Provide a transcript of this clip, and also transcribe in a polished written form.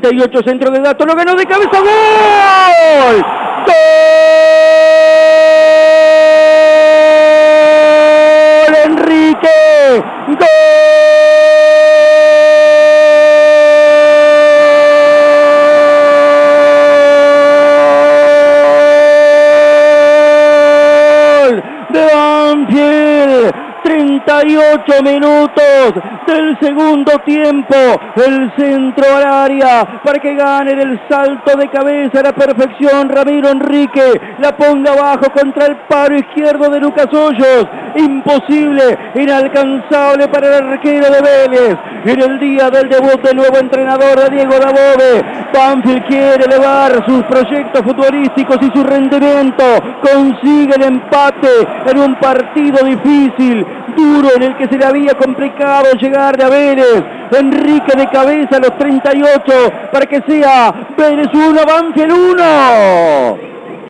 38, centro de Dato, lo ganó de cabeza, ¡gol! ¡Gol! Enrique, ¡gol! De Banfield, 38 minutos del segundo tiempo, el centro al área para que gane el salto de cabeza a la perfección Ramiro Enrique, la ponga abajo contra el paro izquierdo de Lucas Hoyos, imposible, inalcanzable para el arquero de Vélez, en el día del debut del nuevo entrenador de Diego Dabove. Banfield quiere elevar sus proyectos futbolísticos y su rendimiento, consigue el empate en un partido difícil, duro, en el que se le había complicado llegar a Vélez. Enrique de cabeza a los 38 para que sea Vélez 1, Banfield 1.